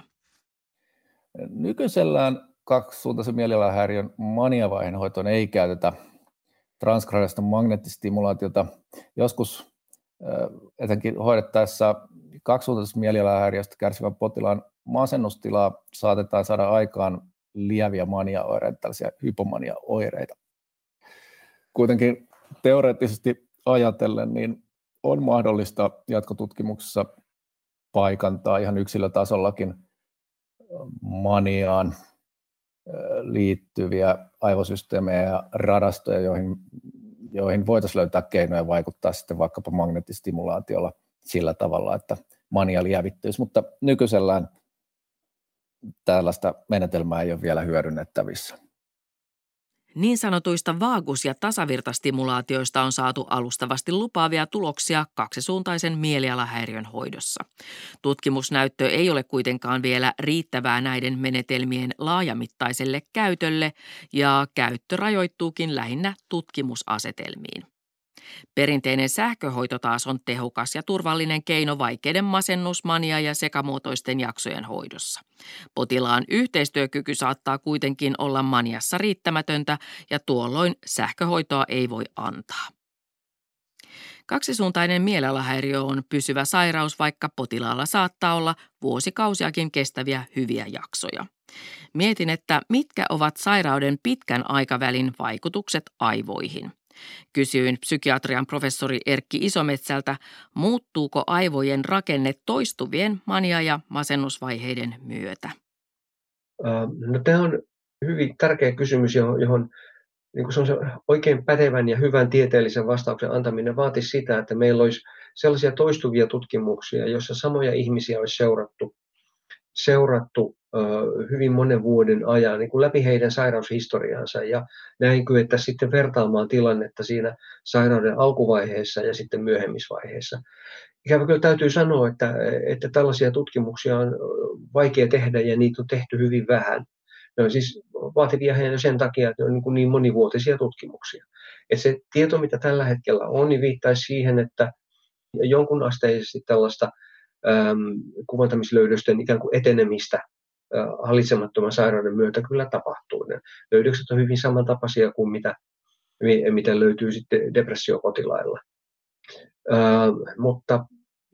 Nykyisellään kaksisuuntaisen mielialahäiriön maniavaiheen hoitoon ei käytetä transkraniaalista magneettistimulaatiota. Joskus etenkin hoidettaessa kaksisuuntaisesta mielialahäiriöstä kärsivän potilaan masennustilaa saatetaan saada aikaan lieviä maniaoireita, tällaisia hypomaniaoireita. Kuitenkin teoreettisesti ajatellen niin on mahdollista jatkotutkimuksessa paikantaa ihan yksilötasollakin maniaan liittyviä aivosysteemejä ja radastoja, joihin, joihin voitaisiin löytää keinoja vaikuttaa sitten vaikkapa magneettistimulaatiolla sillä tavalla, että mania lievittyisi, mutta nykyisellään tällaista menetelmää ei ole vielä hyödynnettävissä. Niin sanotuista vaagus- ja tasavirtastimulaatioista on saatu alustavasti lupaavia tuloksia kaksisuuntaisen mielialahäiriön hoidossa. Tutkimusnäyttö ei ole kuitenkaan vielä riittävää näiden menetelmien laajamittaiselle käytölle ja käyttö rajoittuukin lähinnä tutkimusasetelmiin. Perinteinen sähköhoito taas on tehokas ja turvallinen keino vaikeiden masennus-, mania- ja sekamuotoisten jaksojen hoidossa. Potilaan yhteistyökyky saattaa kuitenkin olla maniassa riittämätöntä ja tuolloin sähköhoitoa ei voi antaa. Kaksisuuntainen mielialahäiriö on pysyvä sairaus, vaikka potilaalla saattaa olla vuosikausiakin kestäviä hyviä jaksoja. Mietin, että mitkä ovat sairauden pitkän aikavälin vaikutukset aivoihin. Kysyin psykiatrian professori Erkki Isometsältä, muuttuuko aivojen rakenne toistuvien mania- ja masennusvaiheiden myötä? No, tämä on hyvin tärkeä kysymys, johon niin kuin se oikein pätevän ja hyvän tieteellisen vastauksen antaminen vaatisi sitä, että meillä olisi sellaisia toistuvia tutkimuksia, joissa samoja ihmisiä olisi seurattu, seurattu hyvin monen vuoden ajan niin kuin läpi heidän sairaushistoriansa ja näin kyettäisiin sitten vertaamaan tilannetta siinä sairauden alkuvaiheessa ja sitten myöhemmissä vaiheissa. Ikävä kyllä täytyy sanoa, että, että tällaisia tutkimuksia on vaikea tehdä ja niitä on tehty hyvin vähän. Ne on siis vaativia sen takia, että ne on niin, niin monivuotisia tutkimuksia. Et se tieto, mitä tällä hetkellä on, niin viittaisi siihen, että jonkun asteisesti tällaista ähm, kuvantamislöydösten ikään kuin etenemistä äh, hallitsemattoman sairauden myötä kyllä tapahtuu. Ne löydökset on hyvin samantapaisia kuin mitä, mitä löytyy sitten depressiopotilailla. Äh, mutta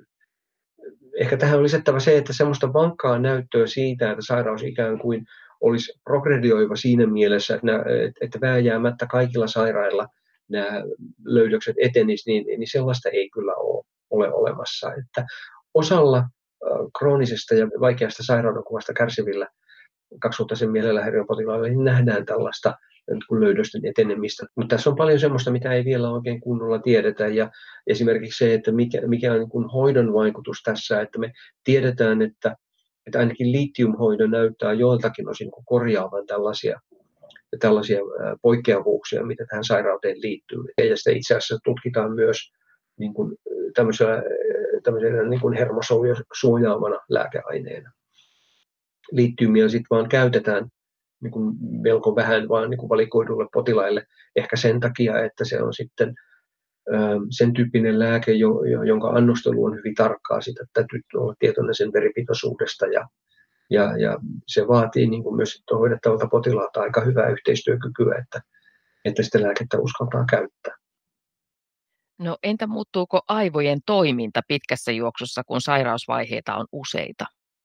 ehkä tähän on lisättävä se, että semmoista vankkaa näyttöä siitä, että sairaus ikään kuin olisi progredioiva siinä mielessä, että, nämä, että vääjäämättä kaikilla sairailla nämä löydökset etenisivät, niin, niin sellaista ei kyllä ole, ole olemassa. Että osalla äh, kroonisesta ja vaikeasta sairaudenkuvasta kärsivillä kaksisuuntaisen mielenhäiriön potilailla niin nähdään tällaista löydösten etenemistä. Mutta tässä on paljon sellaista, mitä ei vielä oikein kunnolla tiedetä. Ja esimerkiksi se, että mikä, mikä on niin kuin hoidon vaikutus tässä, että me tiedetään, että että ainakin litiumhoito näyttää joiltakin osin korjaavan tällaisia, tällaisia poikkeavuuksia, mitä tähän sairauteen liittyy. Ja sitä itse asiassa tutkitaan myös niin kuin tämmöisenä, tämmöisenä niin kuin hermosoluja suojaavana lääkeaineena. Litiumia sitten vaan käytetään niin kuin melko vähän vaan niin kuin valikoidulle potilaille, ehkä sen takia, että se on sitten sen tyyppinen lääke, jonka annostelu on hyvin tarkkaa, sitä täytyy olla tietoinen sen veripitoisuudesta ja, ja, ja se vaatii niin kuin myös hoidettavalta potilaalta aika hyvää yhteistyökykyä, että, että sitä lääkettä uskaltaa käyttää. No entä muuttuuko aivojen toiminta pitkässä juoksussa, kun sairausvaiheita on useita?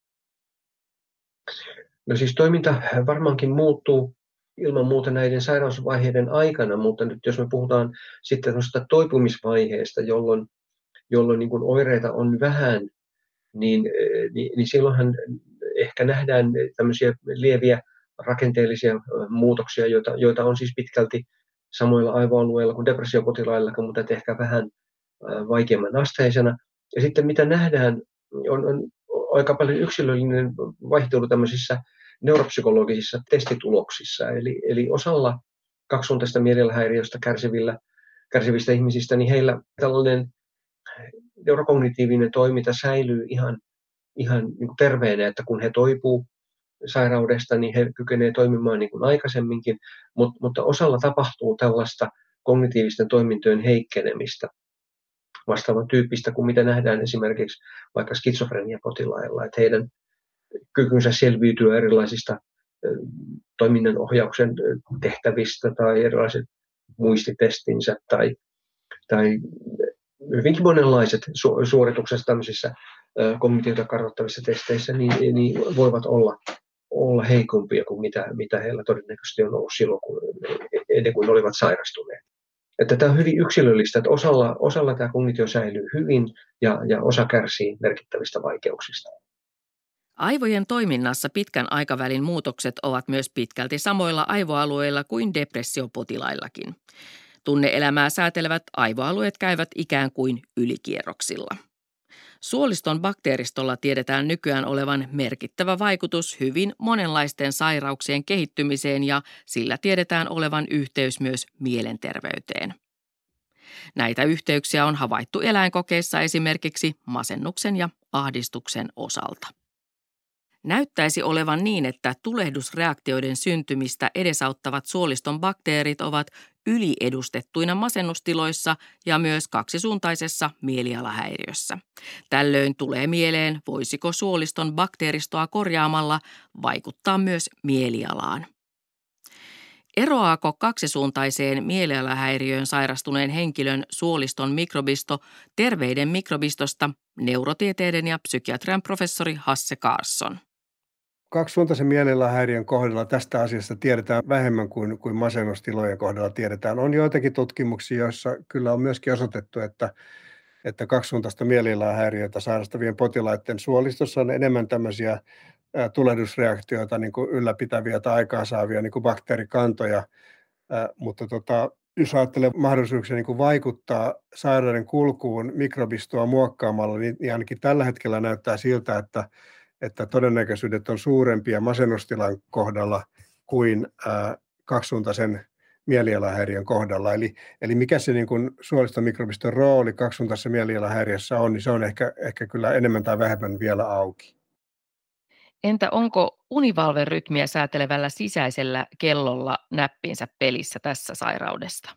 No siis toiminta varmaankin muuttuu ilman muuta näiden sairausvaiheiden aikana, mutta nyt jos me puhutaan sitten tuosta toipumisvaiheesta, jolloin, jolloin niin kuin oireita on vähän, niin, niin, niin silloinhan ehkä nähdään tämmöisiä lieviä rakenteellisia muutoksia, joita, joita on siis pitkälti samoilla aivoalueilla kuin depressiopotilaillakin, mutta ehkä vähän vaikeamman asteisena. Ja sitten mitä nähdään, on, on aika paljon yksilöllinen vaihtelu tämmöisissä neuropsykologisissa testituloksissa. Eli, eli osalla kaksisuuntaista mielialahäiriöstä kärsivillä, kärsivistä ihmisistä, niin heillä tällainen neurokognitiivinen toiminta säilyy ihan, ihan niin kuin terveenä, että kun he toipuu sairaudesta, niin he kykenevät toimimaan niin kuin aikaisemminkin, Mut, mutta osalla tapahtuu tällaista kognitiivisten toimintojen heikkenemistä vastaavan tyyppistä kuin mitä nähdään esimerkiksi vaikka skitsofreniapotilailla, että heidän kykynsä selviytyä erilaisista toiminnanohjauksen tehtävistä tai erilaiset muistitestinsä tai, tai hyvinkin monenlaiset su- suoritukset tämmöisissä kognitiota kartoittavissa testeissä niin, niin voivat olla, olla heikompia kuin mitä, mitä heillä todennäköisesti on ollut silloin, kun, ennen kuin olivat sairastuneet. Että tämä on hyvin yksilöllistä, että osalla, osalla tämä kognitio säilyy hyvin ja, ja osa kärsii merkittävistä vaikeuksista. Aivojen toiminnassa pitkän aikavälin muutokset ovat myös pitkälti samoilla aivoalueilla kuin depressiopotilaillakin. Tunne-elämää säätelevät aivoalueet käyvät ikään kuin ylikierroksilla. Suoliston bakteeristolla tiedetään nykyään olevan merkittävä vaikutus hyvin monenlaisten sairauksien kehittymiseen ja sillä tiedetään olevan yhteys myös mielenterveyteen. Näitä yhteyksiä on havaittu eläinkokeissa esimerkiksi masennuksen ja ahdistuksen osalta. Näyttäisi olevan niin, että tulehdusreaktioiden syntymistä edesauttavat suoliston bakteerit ovat yliedustettuina masennustiloissa ja myös kaksisuuntaisessa mielialahäiriössä. Tällöin tulee mieleen, voisiko suoliston bakteeristoa korjaamalla vaikuttaa myös mielialaan. Eroaako kaksisuuntaiseen mielialahäiriöön sairastuneen henkilön suoliston mikrobisto terveiden mikrobistosta, neurotieteiden ja psykiatrian professori Hasse Karlsson? Kaksisuuntaisen mielialahäiriön kohdalla tästä asiasta tiedetään vähemmän kuin, kuin masennustilojen kohdalla tiedetään. On joitakin tutkimuksia, joissa kyllä on myöskin osoitettu, että, että kaksisuuntaista mielialahäiriötä sairastavien potilaiden suolistossa on enemmän tämmöisiä ä, tulehdusreaktioita niin kuin ylläpitäviä tai aikaansaavia niin kuin bakteerikantoja, ä, mutta tota, jos ajattelee mahdollisuuksia niin kuin vaikuttaa sairauden kulkuun mikrobistoa muokkaamalla, niin, niin ainakin tällä hetkellä näyttää siltä, että että todennäköisyydet on suurempia masennustilan kohdalla kuin ää, kaksisuuntaisen mielialahäiriön kohdalla. Eli, eli mikä se niin kuin suoliston mikrobiston rooli kaksisuuntaisessa mielialahäiriössä on, niin se on ehkä, ehkä kyllä enemmän tai vähemmän vielä auki. Entä onko univalven rytmiä säätelevällä sisäisellä kellolla näppinsä pelissä tässä sairaudesta?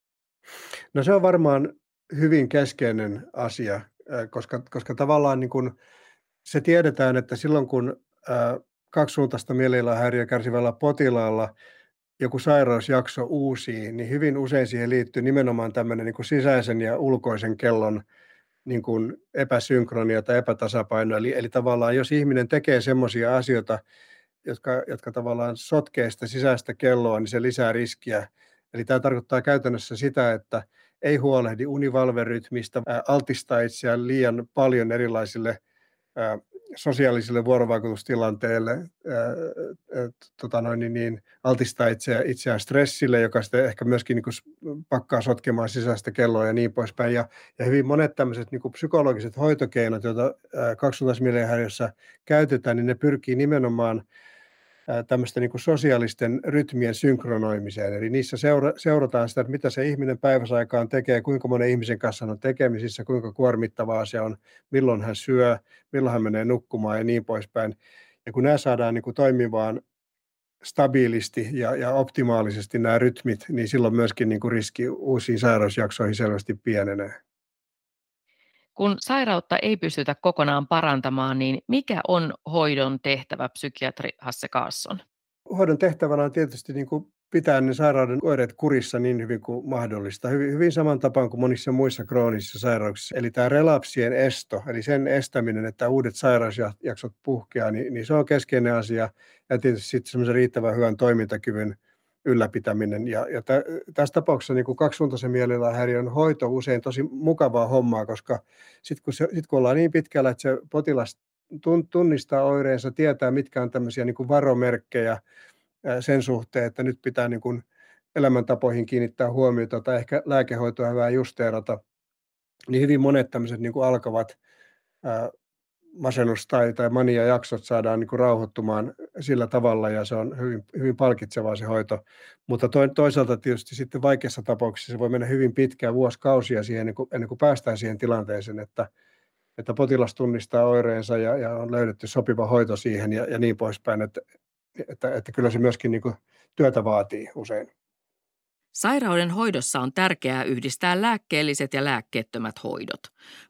No se on varmaan hyvin keskeinen asia, koska, koska tavallaan niin kuin se tiedetään, että silloin kun ää, kaksisuuntaista mielialahäiriöä kärsivällä potilaalla joku sairausjakso uusii, niin hyvin usein siihen liittyy nimenomaan tämmöinen niin kuin sisäisen ja ulkoisen kellon niin kuin epäsynkronia tai epätasapaino. Eli, eli tavallaan jos ihminen tekee semmoisia asioita, jotka, jotka tavallaan sotkee sitä sisäistä kelloa, niin se lisää riskiä. Eli tämä tarkoittaa käytännössä sitä, että ei huolehdi univalverytmistä, ää, altistaa itseään liian paljon erilaisille ää, sosiaalisille vuorovaikutustilanteille, ää, ää, tota noin, niin, niin, altistaa itseään, itseään stressille, joka sitten ehkä myöskin niin kuin pakkaa sotkemaan sisäistä kelloa ja niin poispäin. Ja, ja hyvin monet tämmöiset niin kuin psykologiset hoitokeinot, joita kaksisuuntaisessa mielialahäiriössä käytetään, niin ne pyrkii nimenomaan tämmöisten niin kuin sosiaalisten rytmien synkronoimiseen. Eli niissä seura- seurataan sitä, että mitä se ihminen päiväsaikaan tekee, kuinka monen ihmisen kanssa on tekemisissä, kuinka kuormittavaa se on, milloin hän syö, milloin hän menee nukkumaan ja niin poispäin. Ja kun nämä saadaan niin kuin toimimaan stabiilisti ja, ja optimaalisesti nämä rytmit, niin silloin myöskin niin kuin riski uusiin sairausjaksoihin selvästi pienenee. Kun sairautta ei pystytä kokonaan parantamaan, niin mikä on hoidon tehtävä, psykiatri Hasse Karlsson? Hoidon tehtävänä on tietysti niin kuin pitää ne sairauden oireet kurissa niin hyvin kuin mahdollista. Hyvin, hyvin saman tapaan kuin monissa muissa kroonisissa sairauksissa. Eli tämä relapsien esto, eli sen estäminen, että uudet sairausjaksot puhkeaa, niin, niin se on keskeinen asia. Ja tietysti sitten semmoisen riittävän hyvän toimintakyvyn ylläpitäminen. Ja, ja tä, tässä tapauksessa niin kuin kaksisuuntaisen mielialahäiriön hoito on usein tosi mukavaa hommaa, koska sitten kun, sit kun ollaan niin pitkällä, että se potilas tunnistaa oireensa, tietää mitkä on tämmöisiä niin kuin varomerkkejä sen suhteen, että nyt pitää niin kuin elämäntapoihin kiinnittää huomiota tai ehkä lääkehoitoa vähän justeerata, niin hyvin monet tämmöiset niin kuin alkavat ää, masennus- tai, tai mania-jaksot saadaan niin kuin rauhoittumaan sillä tavalla, ja se on hyvin, hyvin palkitsevaa se hoito. Mutta to, toisaalta tietysti sitten vaikeassa tapauksessa se voi mennä hyvin pitkään, vuosikausia siihen, ennen kuin, ennen kuin päästään siihen tilanteeseen, että, että potilas tunnistaa oireensa ja, ja on löydetty sopiva hoito siihen ja, ja niin poispäin, että, että, että kyllä se myöskin niin kuin työtä vaatii usein. Sairauden hoidossa on tärkeää yhdistää lääkkeelliset ja lääkkeettömät hoidot.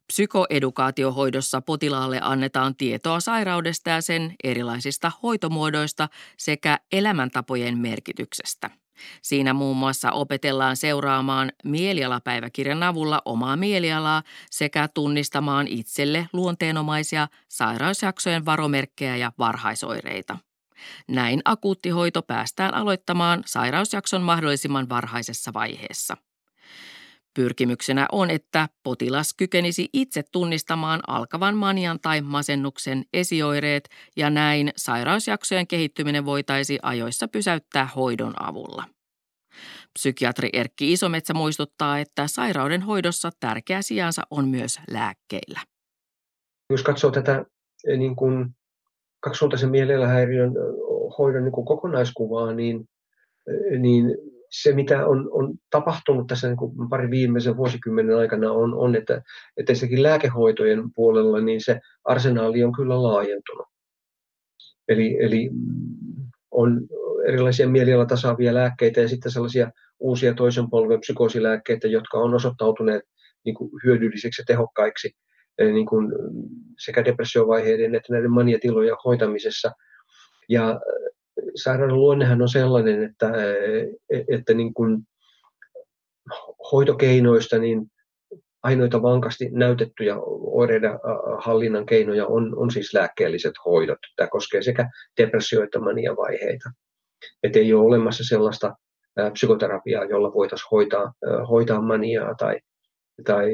Psykoedukaatiohoidossa potilaalle annetaan tietoa sairaudesta ja sen erilaisista hoitomuodoista sekä elämäntapojen merkityksestä. Siinä muun muassa opetellaan seuraamaan mielialapäiväkirjan avulla omaa mielialaa sekä tunnistamaan itselle luonteenomaisia sairausjaksojen varomerkkejä ja varhaisoireita. Näin akuutti hoito päästään aloittamaan sairausjakson mahdollisimman varhaisessa vaiheessa. Pyrkimyksenä on, että potilas kykenisi itse tunnistamaan alkavan manian tai masennuksen esioireet ja näin sairausjaksojen kehittyminen voitaisiin ajoissa pysäyttää hoidon avulla. Psykiatri Erkki Isometsä muistuttaa, että sairauden hoidossa tärkeä sijansa on myös lääkkeillä. Jos katsoo tätä niin kuin kaksisuuntaisen mielialahäiriön hoidon niin kuin kokonaiskuvaa, niin, niin se, mitä on, on tapahtunut tässä niin kuin pari viimeisen vuosikymmenen aikana, on, on että, että sekin lääkehoitojen puolella niin se arsenaali on kyllä laajentunut. Eli, eli on erilaisia mielialaa tasaavia lääkkeitä ja sitten sellaisia uusia toisen polven psykoosilääkkeitä, jotka on osoittautuneet niin kuin hyödyllisiksi ja tehokkaiksi niin kuin sekä depressiovaiheiden että näiden maniatilojen hoitamisessa. Ja sairauden luonnehan on sellainen, että, että niin kuin hoitokeinoista niin ainoita vankasti näytettyjä oireiden hallinnan keinoja on, on siis lääkkeelliset hoidot. Tämä koskee sekä depressio- että maniavaiheita. Että ei ole olemassa sellaista psykoterapiaa, jolla voitaisiin hoitaa, hoitaa maniaa tai, tai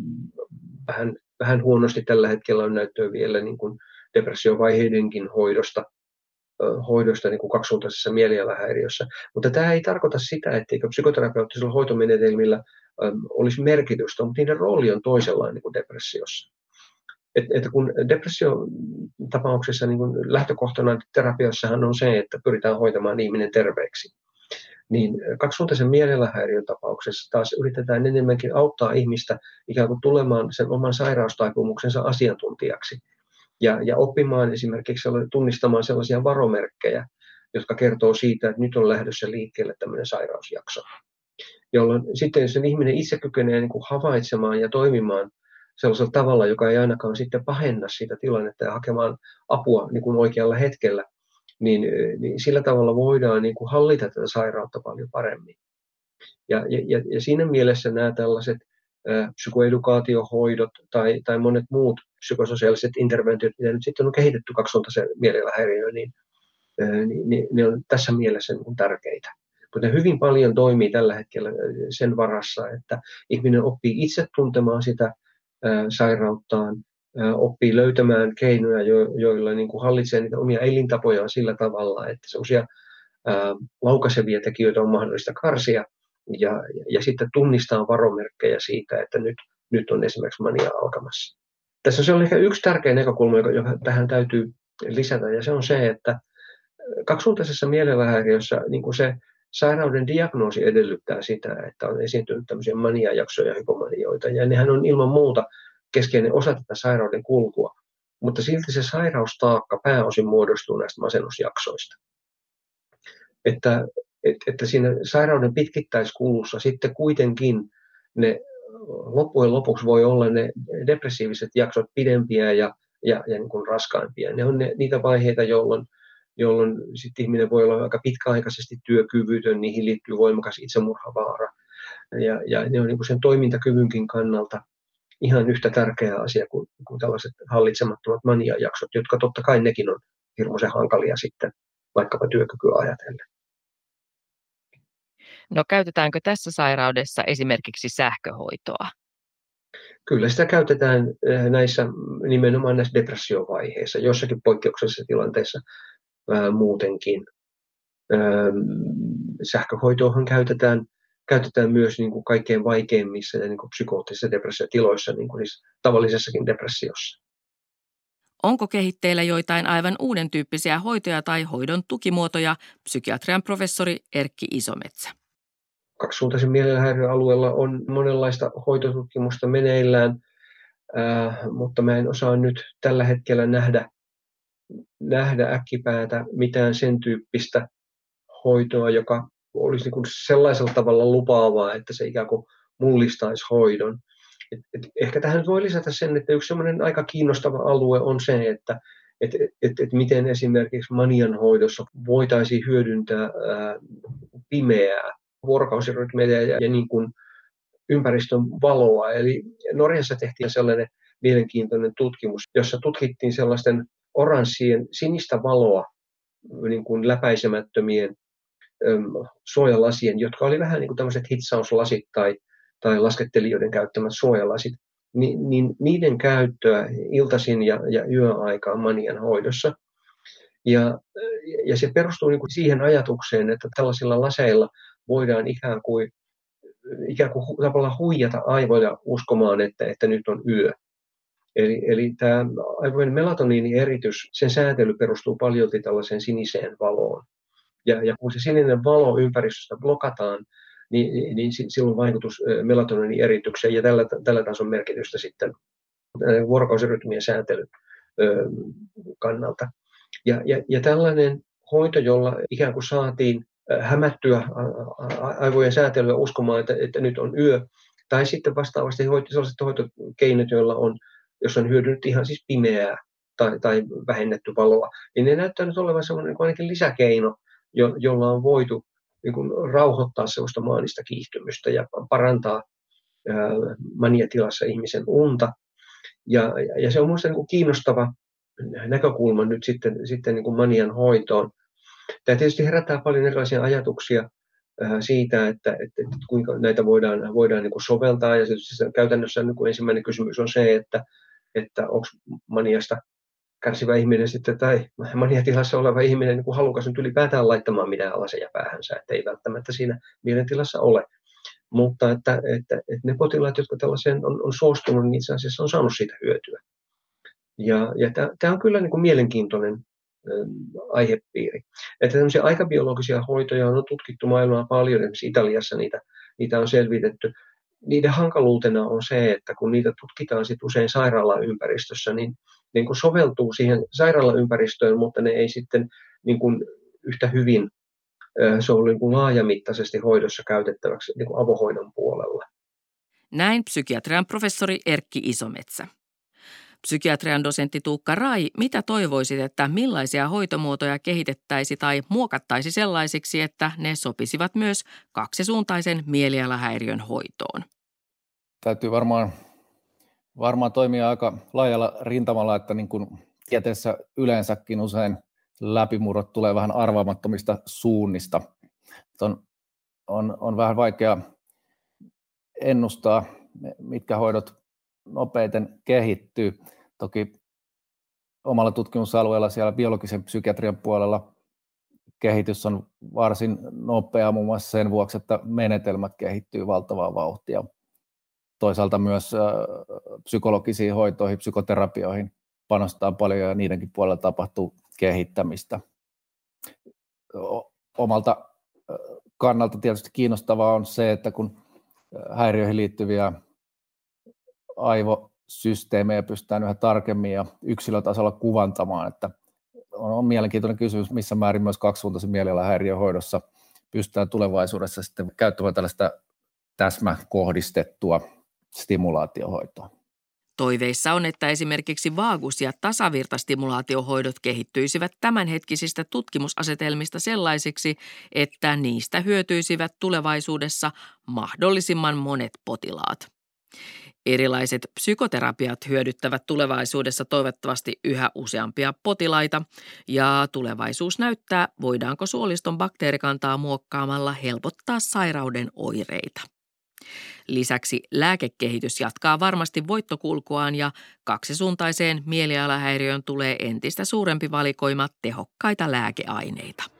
vähän, vähän huonosti tällä hetkellä on näyttöä vielä niin kuin depressiovaiheidenkin hoidosta, hoidosta niin kuin kaksisuuntaisessa mielialahäiriössä. Mutta tämä ei tarkoita sitä, etteikö psykoterapeuttisilla hoitomenetelmillä olisi merkitystä, mutta niiden rooli on toisenlainen kuin depressiossa. Et, että kun depressiotapauksessa niin kun lähtökohtana terapiassahan on se, että pyritään hoitamaan ihminen terveeksi, niin kaksisuuntaisen mielialahäiriön tapauksessa taas yritetään enemmänkin auttaa ihmistä ikään kuin tulemaan sen oman sairaustaipumuksensa asiantuntijaksi ja, ja oppimaan esimerkiksi tunnistamaan sellaisia varomerkkejä, jotka kertoo siitä, että nyt on lähdössä liikkeelle tämmöinen sairausjakso. Jolloin sitten jos sen ihminen itse kykenee niin kuin havaitsemaan ja toimimaan sellaisella tavalla, joka ei ainakaan sitten pahenna sitä tilannetta ja hakemaan apua niin kuin oikealla hetkellä, niin, niin sillä tavalla voidaan niin kuin hallita tätä sairautta paljon paremmin. Ja, ja, ja siinä mielessä nämä tällaiset ä, psykoedukaatiohoidot tai, tai monet muut psykososiaaliset interventiot, mitä nyt sitten on kehitetty kaksisuuntaisen mielialahäiriöön, niin, ä, niin, niin ne on tässä mielessä niin kuin tärkeitä. Mutta hyvin paljon toimii tällä hetkellä sen varassa, että ihminen oppii itse tuntemaan sitä ä, sairauttaan, ä, oppii löytämään keinoja, jo, joilla niin kuin hallitsee niitä omia elintapojaan sillä tavalla, että sellaisia laukaisevia tekijöitä on mahdollista karsia ja, ja, ja sitten tunnistaa varomerkkejä siitä, että nyt, nyt on esimerkiksi mania alkamassa. Tässä on ehkä yksi tärkeä näkökulma, joka, joka tähän täytyy lisätä, ja se on se, että kaksisuuntaisessa mielialahäiriössä niin kuin se sairauden diagnoosi edellyttää sitä, että on esiintynyt tämmöisiä maniajaksoja ja hypomanioita, ja nehän on ilman muuta keskeinen osa tätä sairauden kulkua, mutta silti se sairaustaakka pääosin muodostuu näistä masennusjaksoista. Että, että siinä sairauden pitkittäiskulussa sitten kuitenkin ne loppujen lopuksi voi olla ne depressiiviset jaksot pidempiä ja, ja, ja niin kuin raskaimpia. Ne on ne, niitä vaiheita, jolloin jolloin sitten ihminen voi olla aika pitkäaikaisesti työkyvytön, niihin liittyy voimakas itsemurhavaara. Ja, ja ne on niin kuin sen toimintakyvynkin kannalta ihan yhtä tärkeä asia kuin, kuin tällaiset hallitsemattomat maniajaksot, jotka totta kai nekin on hirmuisen hankalia sitten vaikkapa työkykyä ajatellen. No käytetäänkö tässä sairaudessa esimerkiksi sähköhoitoa? Kyllä sitä käytetään näissä nimenomaan näissä depressiovaiheissa, jossakin poikkeuksellisissa tilanteissa ää, muutenkin. Ää, sähköhoitoahan käytetään, käytetään myös niin kuin kaikkein vaikeimmissa ja niin kuin psykoottisissa depressiotiloissa, niin kuin siis tavallisessakin depressiossa. Onko kehitteillä joitain aivan uuden tyyppisiä hoitoja tai hoidon tukimuotoja, psykiatrian professori Erkki Isometsä? Kaksisuuntaisen mielenhäiriön alueella on monenlaista hoitotutkimusta meneillään, ää, mutta mä en osaa nyt tällä hetkellä nähdä, nähdä äkkipäätä mitään sen tyyppistä hoitoa, joka olisi niin kuin sellaisella tavalla lupaavaa, että se ikään kuin mullistaisi hoidon. Et, et ehkä tähän voi lisätä sen, että yksi sellainen aika kiinnostava alue on se, että et, et, et miten esimerkiksi manian hoidossa voitaisiin hyödyntää ää, pimeää vuorokausirytmiä ja, ja niin kuin ympäristön valoa. Eli Norjassa tehtiin sellainen mielenkiintoinen tutkimus, jossa tutkittiin sellaisten oranssien sinistä valoa niin kuin läpäisemättömien äm, suojalasien, jotka oli vähän niin kuin tämmöiset hitsauslasit tai, tai laskettelijoiden käyttämät suojalasit, Ni, niin niiden käyttöä iltaisin ja, ja yöaikaan manian hoidossa. Ja, ja se perustuu niin kuin siihen ajatukseen, että tällaisilla laseilla voidaan ikään kuin, ikään kuin tavallaan huijata aivoja uskomaan, että, että nyt on yö. Eli, eli tämä aivojen melatoniinieritys, sen säätely perustuu paljolti tällaiseen siniseen valoon. Ja, ja kun se sininen valo ympäristöstä blokataan, niin, niin sillä on vaikutus melatoniinieritykseen ja tällä, tällä taas on merkitystä sitten vuorokausirytmien säätelyn kannalta. Ja, ja, ja tällainen hoito, jolla ikään kuin saatiin hämättyä aivojen säätelyä uskomaan, että, että nyt on yö, tai sitten vastaavasti sellaiset hoitokeinot, joilla on, jos on hyödynnetty ihan siis pimeää tai, tai vähennetty valoa, niin ne näyttää nyt olevan sellainen niin ainakin lisäkeino, jo, jolla on voitu niin kuin rauhoittaa sellaista maanista kiihtymystä ja parantaa ää, maniatilassa ihmisen unta. Ja, ja se on minusta niin kuin kiinnostava näkökulma nyt sitten, sitten niin kuin manian hoitoon. Tämä tietysti herättää paljon erilaisia ajatuksia siitä, että, että, että kuinka näitä voidaan, voidaan niin kuin soveltaa. Ja käytännössä niin kuin ensimmäinen kysymys on se, että, että onko maniasta kärsivä ihminen sitten, tai maniatilassa oleva ihminen niin kuin halukas nyt ylipäätään laittamaan mitään laseja päähänsä, että ei välttämättä siinä mielentilassa ole. Mutta että, että, että ne potilaat, jotka tällaiseen on, on suostunut, niin itse asiassa on saanut siitä hyötyä. Ja, ja tämä on kyllä niin kuin mielenkiintoinen ä, aihepiiri. Että tämmöisiä aikabiologisia hoitoja on tutkittu maailmaa paljon, esimerkiksi Italiassa niitä, niitä on selvitetty. Niiden hankaluutena on se, että kun niitä tutkitaan sit usein sairaalaympäristössä, niin ne niin kuin soveltuu siihen sairaalaympäristöön, mutta ne ei sitten niin kuin yhtä hyvin ä, se on niin kuin laajamittaisesti hoidossa käytettäväksi niin kuin avohoidon puolella. Näin psykiatrian professori Erkki Isometsä. Psykiatrian dosentti Tuukka Rai, mitä toivoisit, että millaisia hoitomuotoja kehitettäisi tai muokattaisi sellaisiksi, että ne sopisivat myös kaksisuuntaisen mielialahäiriön hoitoon? Täytyy varmaan, varmaan toimia aika laajalla rintamalla, että niin kuin tieteessä yleensäkin usein läpimurrot tulee vähän arvaamattomista suunnista. On, on, on vähän vaikea ennustaa, mitkä hoidot nopeiten kehittyy. Toki omalla tutkimusalueella siellä biologisen psykiatrian puolella kehitys on varsin nopeaa muun muassa sen vuoksi, että menetelmät kehittyy valtavaa vauhtia. Toisaalta myös psykologisiin hoitoihin, psykoterapioihin panostaa paljon ja niidenkin puolella tapahtuu kehittämistä. Omalta kannalta tietysti kiinnostavaa on se, että kun häiriöihin liittyviä aivosysteemejä pystytään yhä tarkemmin ja yksilötasolla kuvantamaan, että on, on mielenkiintoinen kysymys, missä määrin myös kaksisuuntaisen mielialahäiriön hoidossa pystytään tulevaisuudessa sitten käyttämään tällaista täsmäkohdistettua stimulaatiohoitoa. Toiveissa on, että esimerkiksi vaagus- ja tasavirtastimulaatiohoidot kehittyisivät tämänhetkisistä tutkimusasetelmista sellaisiksi, että niistä hyötyisivät tulevaisuudessa mahdollisimman monet potilaat. Erilaiset psykoterapiat hyödyttävät tulevaisuudessa toivottavasti yhä useampia potilaita ja tulevaisuus näyttää, voidaanko suoliston bakteerikantaa muokkaamalla helpottaa sairauden oireita. Lisäksi lääkekehitys jatkaa varmasti voittokulkuaan ja kaksisuuntaiseen mielialahäiriöön tulee entistä suurempi valikoima tehokkaita lääkeaineita.